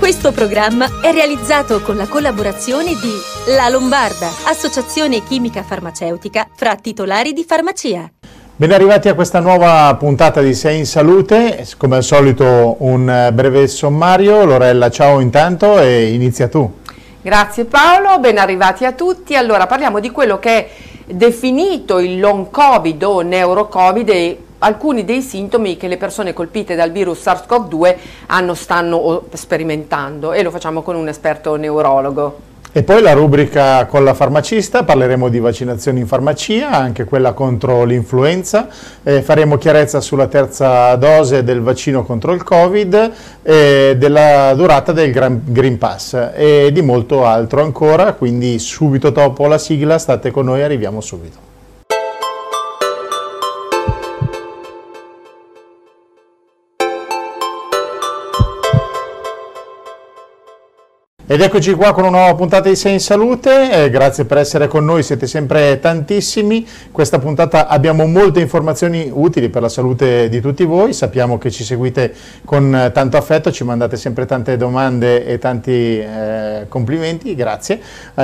Questo programma è realizzato con la collaborazione di La Lombarda, associazione chimica farmaceutica fra titolari di farmacia. Ben arrivati a questa nuova puntata di Sei in Salute, come al solito un breve sommario. Lorella, ciao intanto e inizia tu. Grazie Paolo, ben arrivati a tutti. Allora parliamo di quello che è definito il long covid o neurocovid e alcuni dei sintomi che le persone colpite dal virus SARS-CoV-2 stanno sperimentando, e lo facciamo con un esperto neurologo. E poi la rubrica con la farmacista, parleremo di vaccinazioni in farmacia, anche quella contro l'influenza, faremo chiarezza sulla terza dose del vaccino contro il Covid, della durata del Green Pass e di molto altro ancora, quindi subito dopo la sigla state con noi, arriviamo subito. Ed eccoci qua con una nuova puntata di Sei in Salute, grazie per essere con noi, siete sempre tantissimi. Questa puntata abbiamo molte informazioni utili per la salute di tutti voi, sappiamo che ci seguite con tanto affetto, ci mandate sempre tante domande e tanti complimenti, grazie.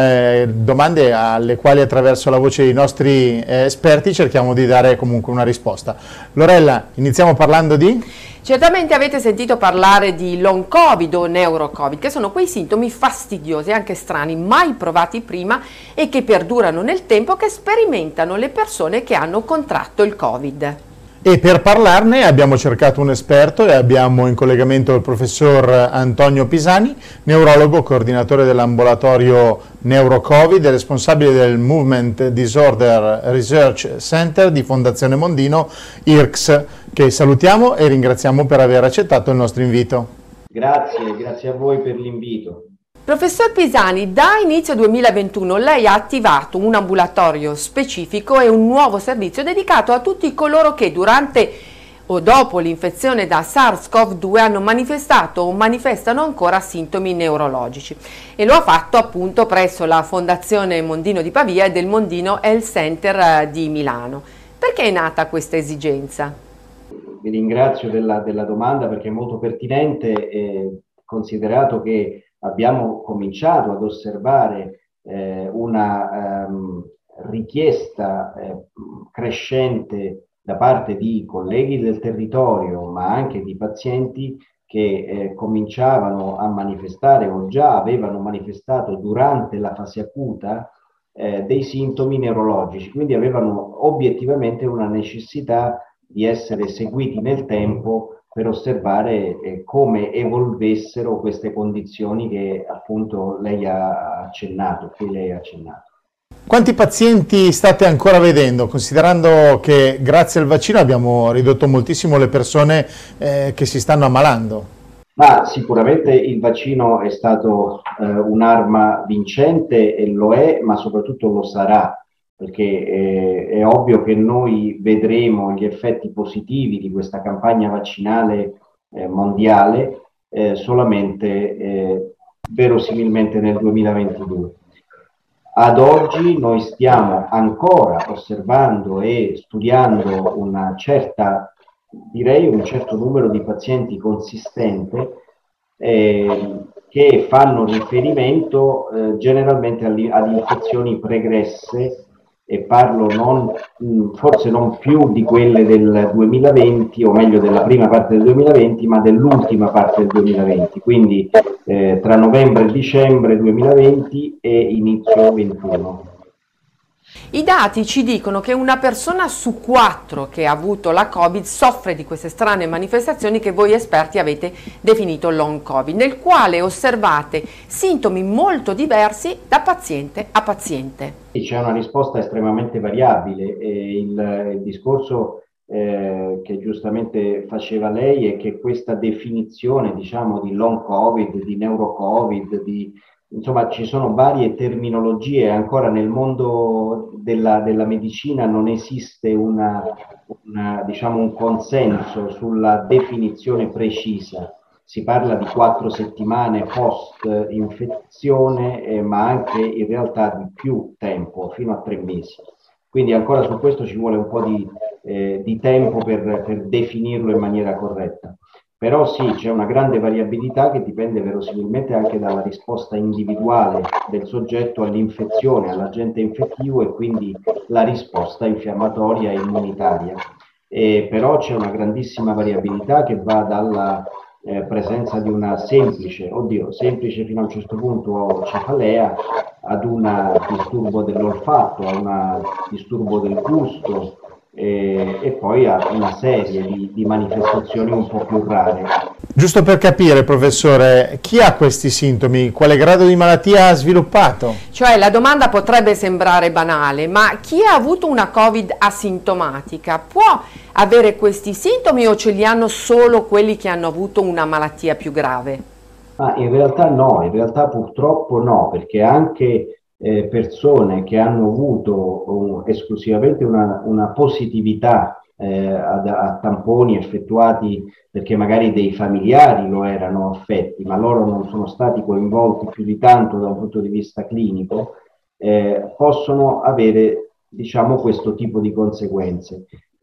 Domande alle quali attraverso la voce dei nostri esperti cerchiamo di dare comunque una risposta. Lorella, iniziamo parlando di... Certamente avete sentito parlare di long covid o neurocovid, che sono quei sintomi fastidiosi, anche strani, mai provati prima e che perdurano nel tempo, che sperimentano le persone che hanno contratto il Covid. E per parlarne abbiamo cercato un esperto e abbiamo in collegamento il professor Antonio Pisani, neurologo, coordinatore dell'ambulatorio Neurocovid e responsabile del Movement Disorder Research Center di Fondazione Mondino, IRCS, che salutiamo e ringraziamo per aver accettato il nostro invito. Grazie a voi per l'invito. Professor Pisani, da inizio 2021 lei ha attivato un ambulatorio specifico e un nuovo servizio dedicato a tutti coloro che durante o dopo l'infezione da SARS-CoV-2 hanno manifestato o manifestano ancora sintomi neurologici, e lo ha fatto appunto presso la Fondazione Mondino di Pavia e del Mondino Health Center di Milano. Perché è nata questa esigenza? Vi ringrazio della domanda perché è molto pertinente, considerato che abbiamo cominciato ad osservare una richiesta crescente da parte di colleghi del territorio, ma anche di pazienti che cominciavano a manifestare o già avevano manifestato durante la fase acuta dei sintomi neurologici, quindi avevano obiettivamente una necessità di essere seguiti nel tempo per osservare come evolvessero queste condizioni che appunto lei ha accennato, cui lei ha accennato. Quanti pazienti state ancora vedendo, considerando che grazie al vaccino abbiamo ridotto moltissimo le persone che si stanno ammalando? Ma sicuramente il vaccino è stato un'arma vincente, e lo è, ma soprattutto lo sarà, perché è ovvio che noi vedremo gli effetti positivi di questa campagna vaccinale mondiale solamente verosimilmente nel 2022. Ad oggi noi stiamo ancora osservando e studiando un certo numero di pazienti consistente che fanno riferimento generalmente ad infezioni pregresse, e parlo forse non più di quelle del 2020, o meglio della prima parte del 2020, ma dell'ultima parte del 2020, quindi tra novembre e dicembre 2020 e inizio 2021. I dati ci dicono che una persona su 4 che ha avuto la Covid soffre di queste strane manifestazioni che voi esperti avete definito long Covid, nel quale osservate sintomi molto diversi da paziente a paziente. C'è una risposta estremamente variabile, e il discorso che giustamente faceva lei è che questa definizione, diciamo, di long Covid, di neurocovid, insomma, ci sono varie terminologie. Ancora nel mondo della medicina non esiste diciamo, un consenso sulla definizione precisa. Si parla di 4 settimane post-infezione, ma anche in realtà di più tempo, fino a 3 mesi. Quindi ancora su questo ci vuole un po' di tempo per definirlo in maniera corretta. Però sì, c'è una grande variabilità che dipende verosimilmente anche dalla risposta individuale del soggetto all'infezione, all'agente infettivo e quindi la risposta infiammatoria e immunitaria. Però c'è una grandissima variabilità che va dalla presenza di una semplice fino a un certo punto cefalea, ad un disturbo dell'olfatto, a un disturbo del gusto e poi a una serie di manifestazioni un po' più rare. Giusto per capire, professore, chi ha questi sintomi? Quale grado di malattia ha sviluppato? Cioè, la domanda potrebbe sembrare banale, ma chi ha avuto una Covid asintomatica può avere questi sintomi o ce li hanno solo quelli che hanno avuto una malattia più grave? In realtà no, in realtà purtroppo no, perché anche persone che hanno avuto esclusivamente una positività a tamponi effettuati perché magari dei familiari lo erano affetti, ma loro non sono stati coinvolti più di tanto da un punto di vista clinico, possono avere, diciamo, questo tipo di conseguenze.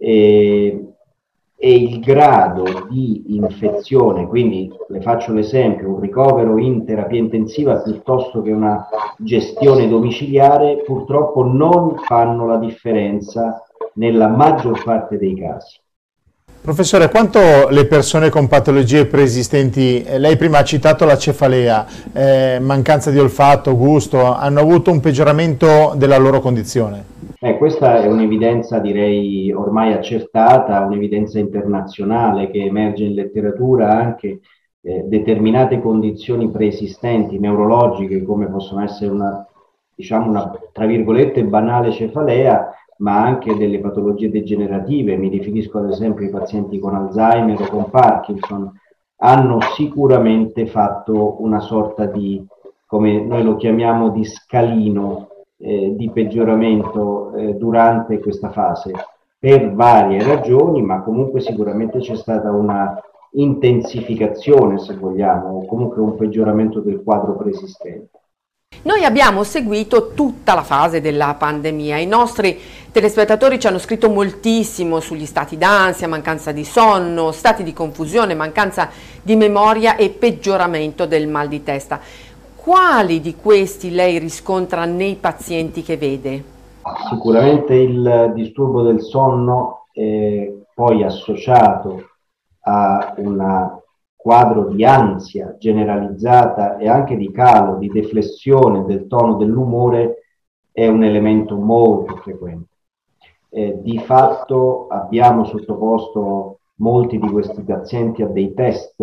E il grado di infezione, quindi le faccio l'esempio, un ricovero in terapia intensiva piuttosto che una gestione domiciliare, purtroppo non fanno la differenza nella maggior parte dei casi. Professore, quanto le persone con patologie preesistenti, lei prima ha citato la cefalea, mancanza di olfatto, gusto, hanno avuto un peggioramento della loro condizione? Questa è un'evidenza, direi, ormai accertata, un'evidenza internazionale che emerge in letteratura. Anche determinate condizioni preesistenti neurologiche, come possono essere diciamo una, tra virgolette, banale cefalea, ma anche delle patologie degenerative, mi riferisco ad esempio ai pazienti con Alzheimer o con Parkinson, hanno sicuramente fatto una sorta di, come noi lo chiamiamo, di scalino di peggioramento durante questa fase, per varie ragioni, ma comunque sicuramente c'è stata una intensificazione, se vogliamo, o comunque un peggioramento del quadro preesistente. Noi abbiamo seguito tutta la fase della pandemia, i nostri telespettatori ci hanno scritto moltissimo sugli stati d'ansia, mancanza di sonno, stati di confusione, mancanza di memoria e peggioramento del mal di testa. Quali di questi lei riscontra nei pazienti che vede? Sicuramente il disturbo del sonno, poi associato a un quadro di ansia generalizzata e anche di calo, di deflessione del tono dell'umore, è un elemento molto frequente. Di fatto abbiamo sottoposto molti di questi pazienti a dei test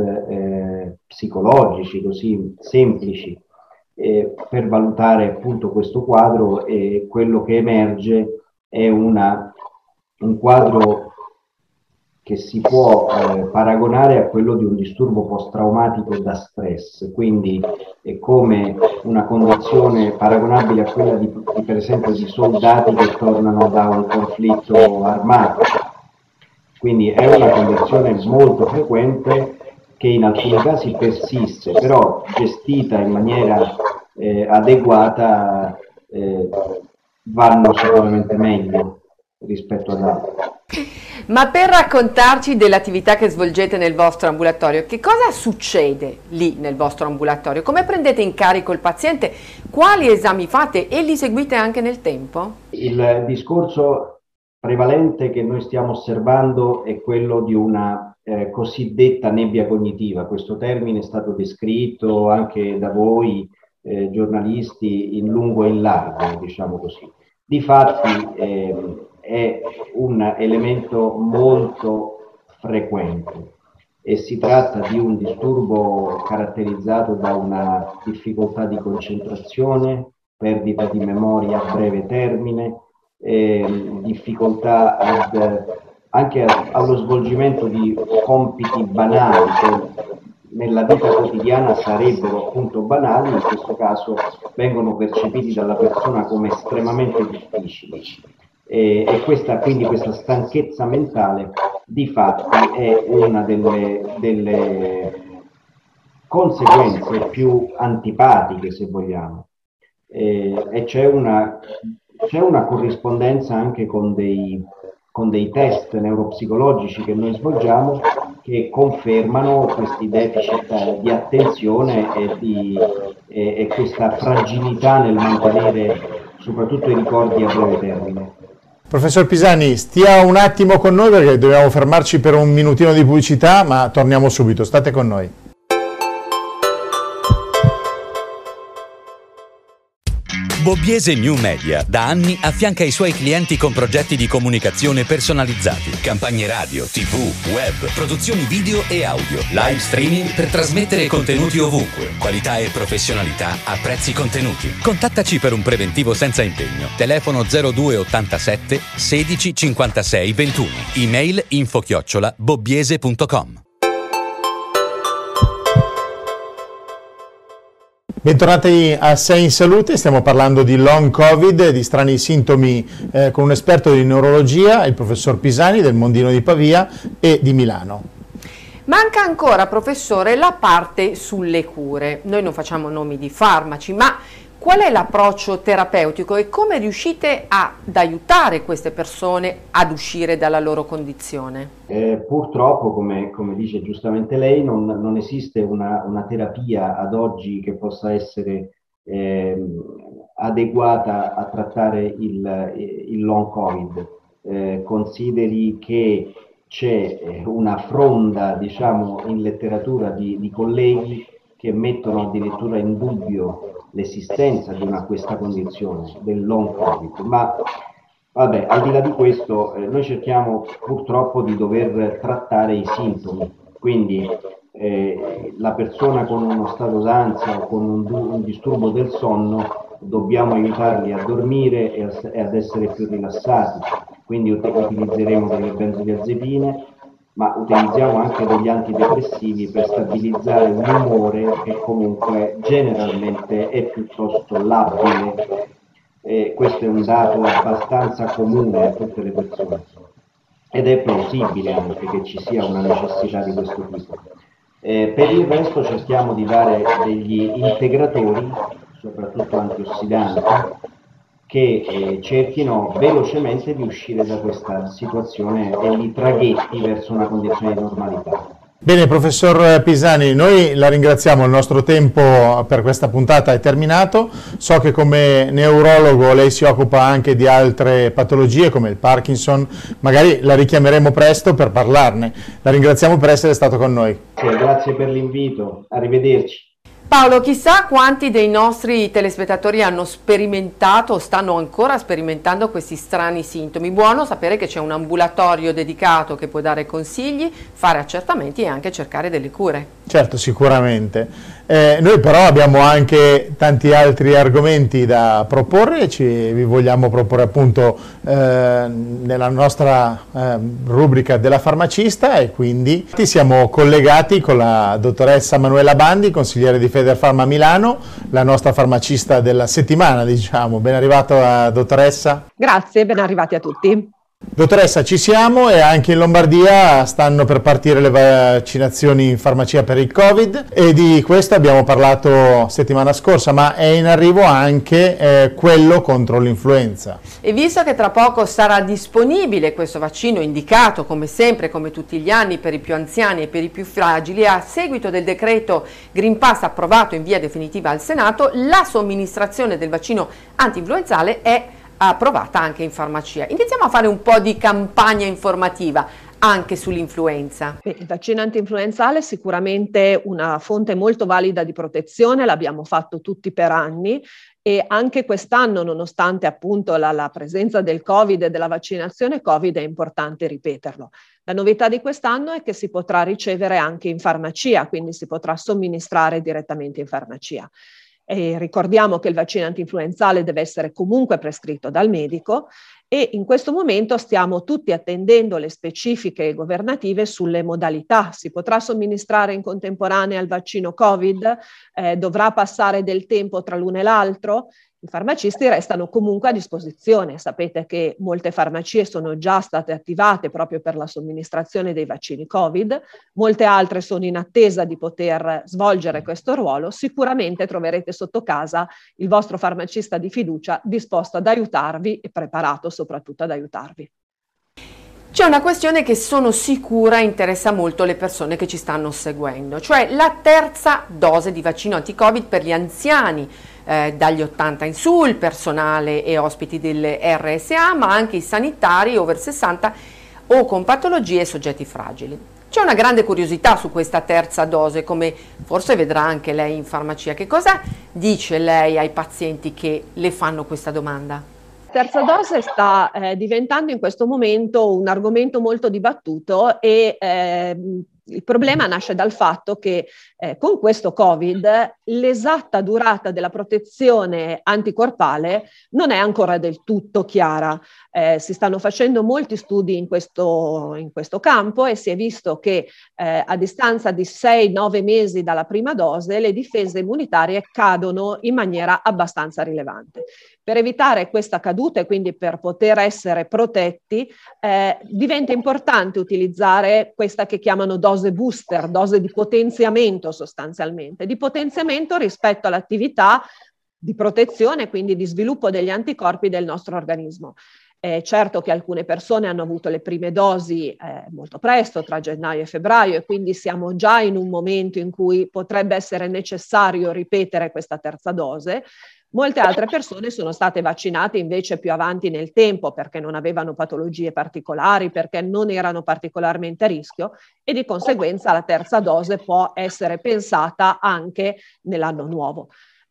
psicologici così semplici per valutare appunto questo quadro, e quello che emerge è un quadro che si può paragonare a quello di un disturbo post-traumatico da stress, quindi è come una condizione paragonabile a quella di per esempio di soldati che tornano da un conflitto armato. Quindi è una condizione molto frequente che in alcuni casi persiste, però gestita in maniera adeguata vanno sicuramente meglio rispetto ad altri. Ma per raccontarci dell'attività che svolgete nel vostro ambulatorio, che cosa succede lì nel vostro ambulatorio? Come prendete in carico il paziente? Quali esami fate e li seguite anche nel tempo? Il discorso prevalente che noi stiamo osservando è quello di una cosiddetta nebbia cognitiva. Questo termine è stato descritto anche da voi giornalisti in lungo e in largo, diciamo così. Difatti è un elemento molto frequente e si tratta di un disturbo caratterizzato da una difficoltà di concentrazione, perdita di memoria a breve termine, difficoltà anche allo svolgimento di compiti banali che nella vita quotidiana sarebbero appunto banali, in questo caso vengono percepiti dalla persona come estremamente difficili. E quindi questa stanchezza mentale di fatti è una delle conseguenze più antipatiche, se vogliamo, e c'è una corrispondenza anche con dei test neuropsicologici che noi svolgiamo, che confermano questi deficit di attenzione e questa fragilità nel mantenere soprattutto i ricordi a breve termine. Professor Pisani, stia un attimo con noi perché dobbiamo fermarci per un minutino di pubblicità, ma torniamo subito, state con noi. Bobbiese New Media da anni affianca i suoi clienti con progetti di comunicazione personalizzati, campagne radio, TV, web, produzioni video e audio, live streaming per trasmettere contenuti ovunque, qualità e professionalità a prezzi contenuti. Contattaci per un preventivo senza impegno. Telefono 0287 16 56 21. Email info@bobbiese.com. Bentornati a Sei in Salute, stiamo parlando di long covid, di strani sintomi con un esperto di neurologia, il professor Pisani del Mondino di Pavia e di Milano. Manca ancora, professore, la parte sulle cure. Noi non facciamo nomi di farmaci, ma qual è l'approccio terapeutico e come riuscite ad aiutare queste persone ad uscire dalla loro condizione? Purtroppo, come dice giustamente lei, non esiste una terapia ad oggi che possa essere adeguata a trattare il long covid. Consideri che c'è una fronda, diciamo, in letteratura di colleghi che mettono addirittura in dubbio l'esistenza di questa condizione del long covid, ma vabbè, al di là di questo noi cerchiamo purtroppo di dover trattare i sintomi, quindi la persona con uno stato d'ansia o con un disturbo del sonno dobbiamo aiutarli a dormire e ad essere più rilassati, quindi utilizzeremo delle benzodiazepine, ma utilizziamo anche degli antidepressivi per stabilizzare un umore che comunque generalmente è piuttosto labile. Questo è un dato abbastanza comune a tutte le persone ed è plausibile anche che ci sia una necessità di questo tipo. Per il resto cerchiamo di dare degli integratori, soprattutto antiossidanti, che cerchino velocemente di uscire da questa situazione e li traghetti verso una condizione di normalità. Bene, professor Pisani, noi la ringraziamo, il nostro tempo per questa puntata è terminato. So che come neurologo lei si occupa anche di altre patologie come il Parkinson, magari la richiameremo presto per parlarne. La ringraziamo per essere stato con noi. Grazie per l'invito, arrivederci. Paolo, chissà quanti dei nostri telespettatori hanno sperimentato o stanno ancora sperimentando questi strani sintomi. Buono sapere che c'è un ambulatorio dedicato che può dare consigli, fare accertamenti e anche cercare delle cure. Certo, sicuramente. Noi però abbiamo anche tanti altri argomenti da proporre, vi vogliamo proporre appunto nella nostra rubrica della farmacista e quindi siamo collegati con la dottoressa Manuela Bandi, consigliere di Federfarma Milano, la nostra farmacista della settimana, diciamo. Ben arrivata, dottoressa. Grazie, ben arrivati a tutti. Dottoressa, ci siamo e anche in Lombardia stanno per partire le vaccinazioni in farmacia per il Covid e di questo abbiamo parlato settimana scorsa, ma è in arrivo anche quello contro l'influenza. E visto che tra poco sarà disponibile questo vaccino indicato come sempre, come tutti gli anni, per i più anziani e per i più fragili, a seguito del decreto Green Pass approvato in via definitiva al Senato, la somministrazione del vaccino antinfluenzale è approvata anche in farmacia. Iniziamo a fare un po' di campagna informativa anche sull'influenza. Il vaccino antinfluenzale è sicuramente una fonte molto valida di protezione, l'abbiamo fatto tutti per anni e anche quest'anno, nonostante appunto la presenza del Covid e della vaccinazione Covid, è importante ripeterlo. La novità di quest'anno è che si potrà ricevere anche in farmacia, quindi si potrà somministrare direttamente in farmacia. E ricordiamo che il vaccino antinfluenzale deve essere comunque prescritto dal medico e in questo momento stiamo tutti attendendo le specifiche governative sulle modalità. Si potrà somministrare in contemporanea il vaccino Covid? Dovrà passare del tempo tra l'uno e l'altro? I farmacisti restano comunque a disposizione. Sapete che molte farmacie sono già state attivate proprio per la somministrazione dei vaccini Covid, molte altre sono in attesa di poter svolgere questo ruolo. Sicuramente troverete sotto casa il vostro farmacista di fiducia disposto ad aiutarvi e preparato soprattutto ad aiutarvi. C'è una questione che sono sicura interessa molto le persone che ci stanno seguendo, cioè la terza dose di vaccino anti-Covid per gli anziani dagli 80 in su, il personale e ospiti delle RSA, ma anche i sanitari over 60 o con patologie e soggetti fragili. C'è una grande curiosità su questa terza dose, come forse vedrà anche lei in farmacia. Che cosa dice lei ai pazienti che le fanno questa domanda? Terza dose sta diventando in questo momento un argomento molto dibattuto e il problema nasce dal fatto che con questo Covid l'esatta durata della protezione anticorpale non è ancora del tutto chiara. Si stanno facendo molti studi in questo campo e si è visto che a distanza di 6-9 mesi dalla prima dose le difese immunitarie cadono in maniera abbastanza rilevante. Per evitare questa caduta e quindi per poter essere protetti, diventa importante utilizzare questa che chiamano dose booster, dose di potenziamento sostanzialmente, di potenziamento rispetto all'attività di protezione, quindi di sviluppo degli anticorpi del nostro organismo. Certo che alcune persone hanno avuto le prime dosi molto presto, tra gennaio e febbraio, e quindi siamo già in un momento in cui potrebbe essere necessario ripetere questa terza dose. Molte altre persone sono state vaccinate invece più avanti nel tempo perché non avevano patologie particolari, perché non erano particolarmente a rischio e di conseguenza la terza dose può essere pensata anche nell'anno nuovo.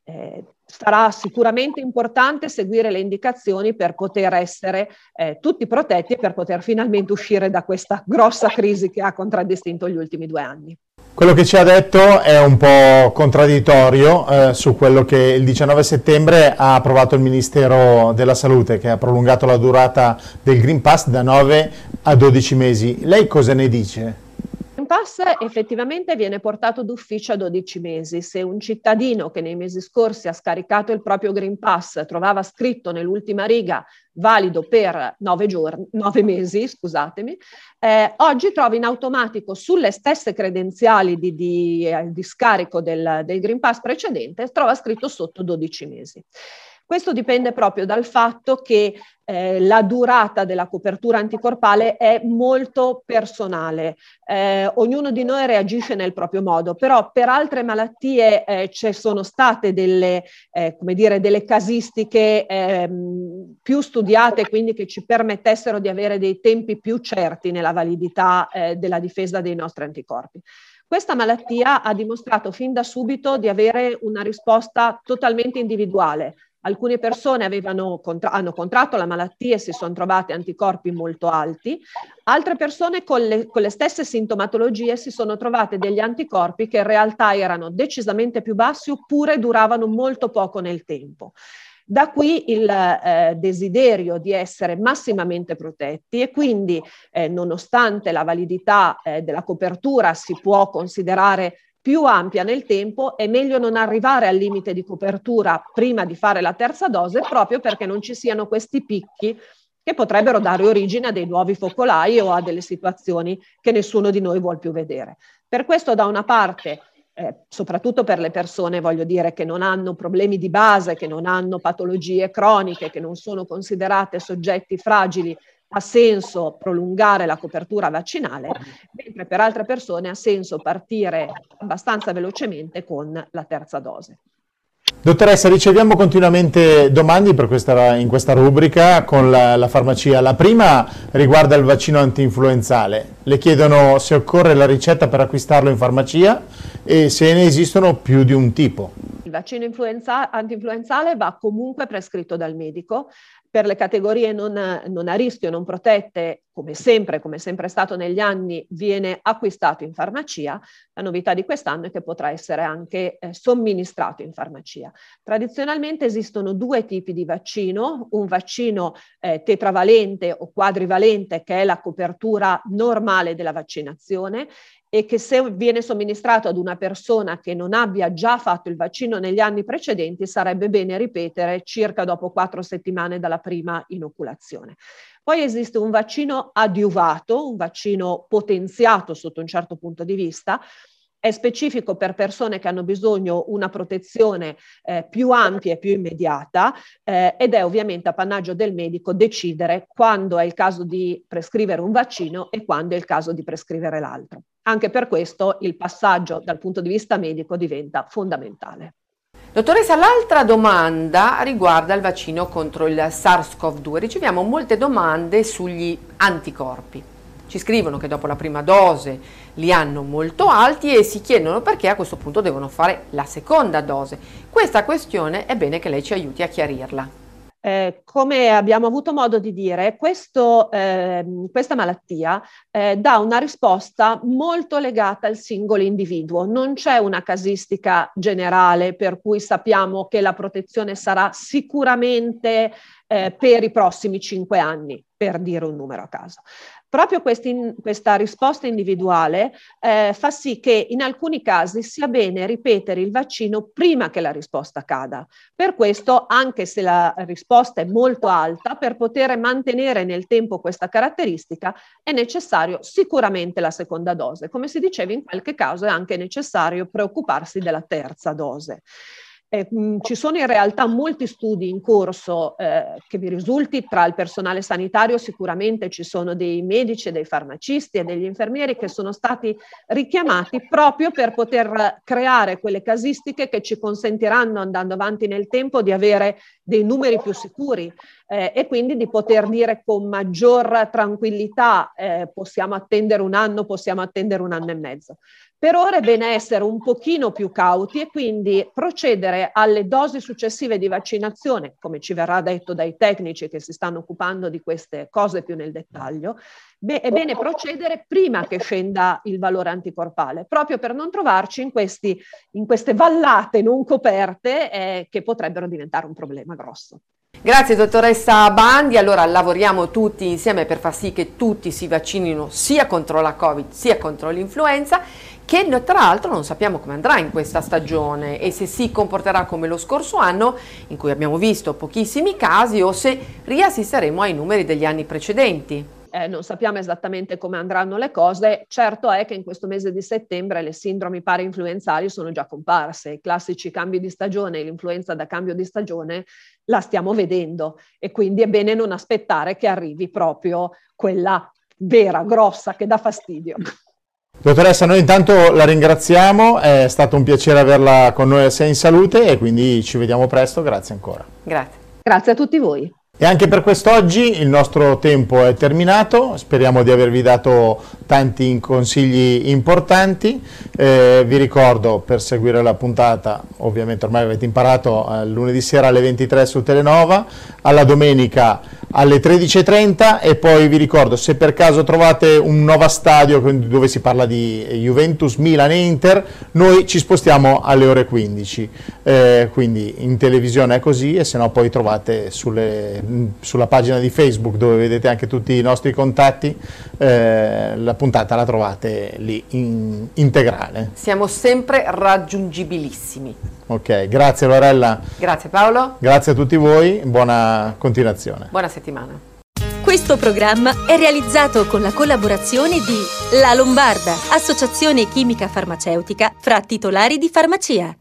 Sarà sicuramente importante seguire le indicazioni per poter essere tutti protetti e per poter finalmente uscire da questa grossa crisi che ha contraddistinto gli ultimi 2 anni. Quello che ci ha detto è un po' contraddittorio su quello che il 19 settembre ha approvato il Ministero della Salute, che ha prolungato la durata del Green Pass da 9 a 12 mesi. Lei cosa ne dice? Il Pass effettivamente viene portato d'ufficio a 12 mesi. Se un cittadino che nei mesi scorsi ha scaricato il proprio Green Pass trovava scritto nell'ultima riga valido per 9 mesi, scusatemi, oggi trova in automatico sulle stesse credenziali di scarico del Green Pass precedente, trova scritto sotto 12 mesi. Questo dipende proprio dal fatto che la durata della copertura anticorpale è molto personale. Ognuno di noi reagisce nel proprio modo, però per altre malattie ci sono state delle casistiche più studiate, quindi che ci permettessero di avere dei tempi più certi nella validità della difesa dei nostri anticorpi. Questa malattia ha dimostrato fin da subito di avere una risposta totalmente individuale. Alcune persone hanno contratto la malattia e si sono trovate anticorpi molto alti, altre persone con le stesse sintomatologie si sono trovate degli anticorpi che in realtà erano decisamente più bassi oppure duravano molto poco nel tempo. Da qui il desiderio di essere massimamente protetti e quindi nonostante la validità della copertura si può considerare più ampia nel tempo, è meglio non arrivare al limite di copertura prima di fare la terza dose, proprio perché non ci siano questi picchi che potrebbero dare origine a dei nuovi focolai o a delle situazioni che nessuno di noi vuol più vedere. Per questo da una parte, soprattutto per le persone, voglio dire, che non hanno problemi di base, che non hanno patologie croniche, che non sono considerate soggetti fragili, ha senso prolungare la copertura vaccinale, mentre per altre persone ha senso partire abbastanza velocemente con la terza dose. Dottoressa, riceviamo continuamente domande in questa rubrica con la farmacia. La prima riguarda il vaccino antinfluenzale. Le chiedono se occorre la ricetta per acquistarlo in farmacia e se ne esistono più di un tipo. Il vaccino antinfluenzale va comunque prescritto dal medico. Per le categorie non a rischio, non protette, come sempre è stato negli anni, viene acquistato in farmacia. La novità di quest'anno è che potrà essere anche somministrato in farmacia. Tradizionalmente esistono 2 tipi di vaccino, un vaccino tetravalente o quadrivalente, che è la copertura normale della vaccinazione, e che se viene somministrato ad una persona che non abbia già fatto il vaccino negli anni precedenti sarebbe bene ripetere circa dopo 4 settimane dalla prima inoculazione. Poi esiste un vaccino adiuvato, un vaccino potenziato sotto un certo punto di vista, è specifico per persone che hanno bisogno una protezione più ampia e più immediata ed è ovviamente appannaggio del medico decidere quando è il caso di prescrivere un vaccino e quando è il caso di prescrivere l'altro. Anche per questo il passaggio dal punto di vista medico diventa fondamentale. Dottoressa, l'altra domanda riguarda il vaccino contro il SARS-CoV-2. Riceviamo molte domande sugli anticorpi. Ci scrivono che dopo la prima dose li hanno molto alti e si chiedono perché a questo punto devono fare la seconda dose. Questa questione è bene che lei ci aiuti a chiarirla. Come abbiamo avuto modo di dire, questa malattia dà una risposta molto legata al singolo individuo. Non c'è una casistica generale per cui sappiamo che la protezione sarà sicuramente per i prossimi 5 anni, per dire un numero a caso. Proprio questa risposta individuale fa sì che in alcuni casi sia bene ripetere il vaccino prima che la risposta cada. Per questo, anche se la risposta è molto alta, per poter mantenere nel tempo questa caratteristica è necessario sicuramente la seconda dose. Come si diceva, in qualche caso è anche necessario preoccuparsi della terza dose. Ci sono in realtà molti studi in corso che vi risulti tra il personale sanitario. Sicuramente ci sono dei medici, dei farmacisti e degli infermieri che sono stati richiamati proprio per poter creare quelle casistiche che ci consentiranno, andando avanti nel tempo, di avere dei numeri più sicuri e quindi di poter dire con maggior tranquillità possiamo attendere un anno, possiamo attendere un anno e mezzo. Per ora è bene essere un pochino più cauti e quindi procedere alle dosi successive di vaccinazione, come ci verrà detto dai tecnici che si stanno occupando di queste cose più nel dettaglio. È bene procedere prima che scenda il valore anticorpale, proprio per non trovarci in queste vallate non coperte che potrebbero diventare un problema grosso. Grazie dottoressa Bandi. Allora lavoriamo tutti insieme per far sì che tutti si vaccinino sia contro la Covid sia contro l'influenza, che tra l'altro non sappiamo come andrà in questa stagione e se si comporterà come lo scorso anno, in cui abbiamo visto pochissimi casi, o se riassisteremo ai numeri degli anni precedenti. Non sappiamo esattamente come andranno le cose. Certo è che in questo mese di settembre le sindromi parainfluenzali sono già comparse, i classici cambi di stagione, l'influenza da cambio di stagione la stiamo vedendo e quindi è bene non aspettare che arrivi proprio quella vera, grossa, che dà fastidio. Dottoressa, noi intanto la ringraziamo, è stato un piacere averla con noi a Sei in Salute e quindi ci vediamo presto, grazie ancora. Grazie. Grazie a tutti voi. E anche per quest'oggi il nostro tempo è terminato, speriamo di avervi dato tanti consigli importanti. Vi ricordo, per seguire la puntata, ovviamente ormai avete imparato, lunedì sera alle 23 su Telenova, alla domenica alle 13:30 e poi vi ricordo, se per caso trovate un Nova Stadio dove si parla di Juventus, Milan e Inter, noi ci spostiamo alle ore 15, quindi in televisione è così e se no poi trovate sulla pagina di Facebook, dove vedete anche tutti i nostri contatti, la puntata la trovate lì integrale. Siamo sempre raggiungibilissimi. Ok, grazie Lorella. Grazie Paolo. Grazie a tutti voi, buona continuazione. Buona settimana. Questo programma è realizzato con la collaborazione di La Lombarda, associazione chimica farmaceutica fra titolari di farmacia.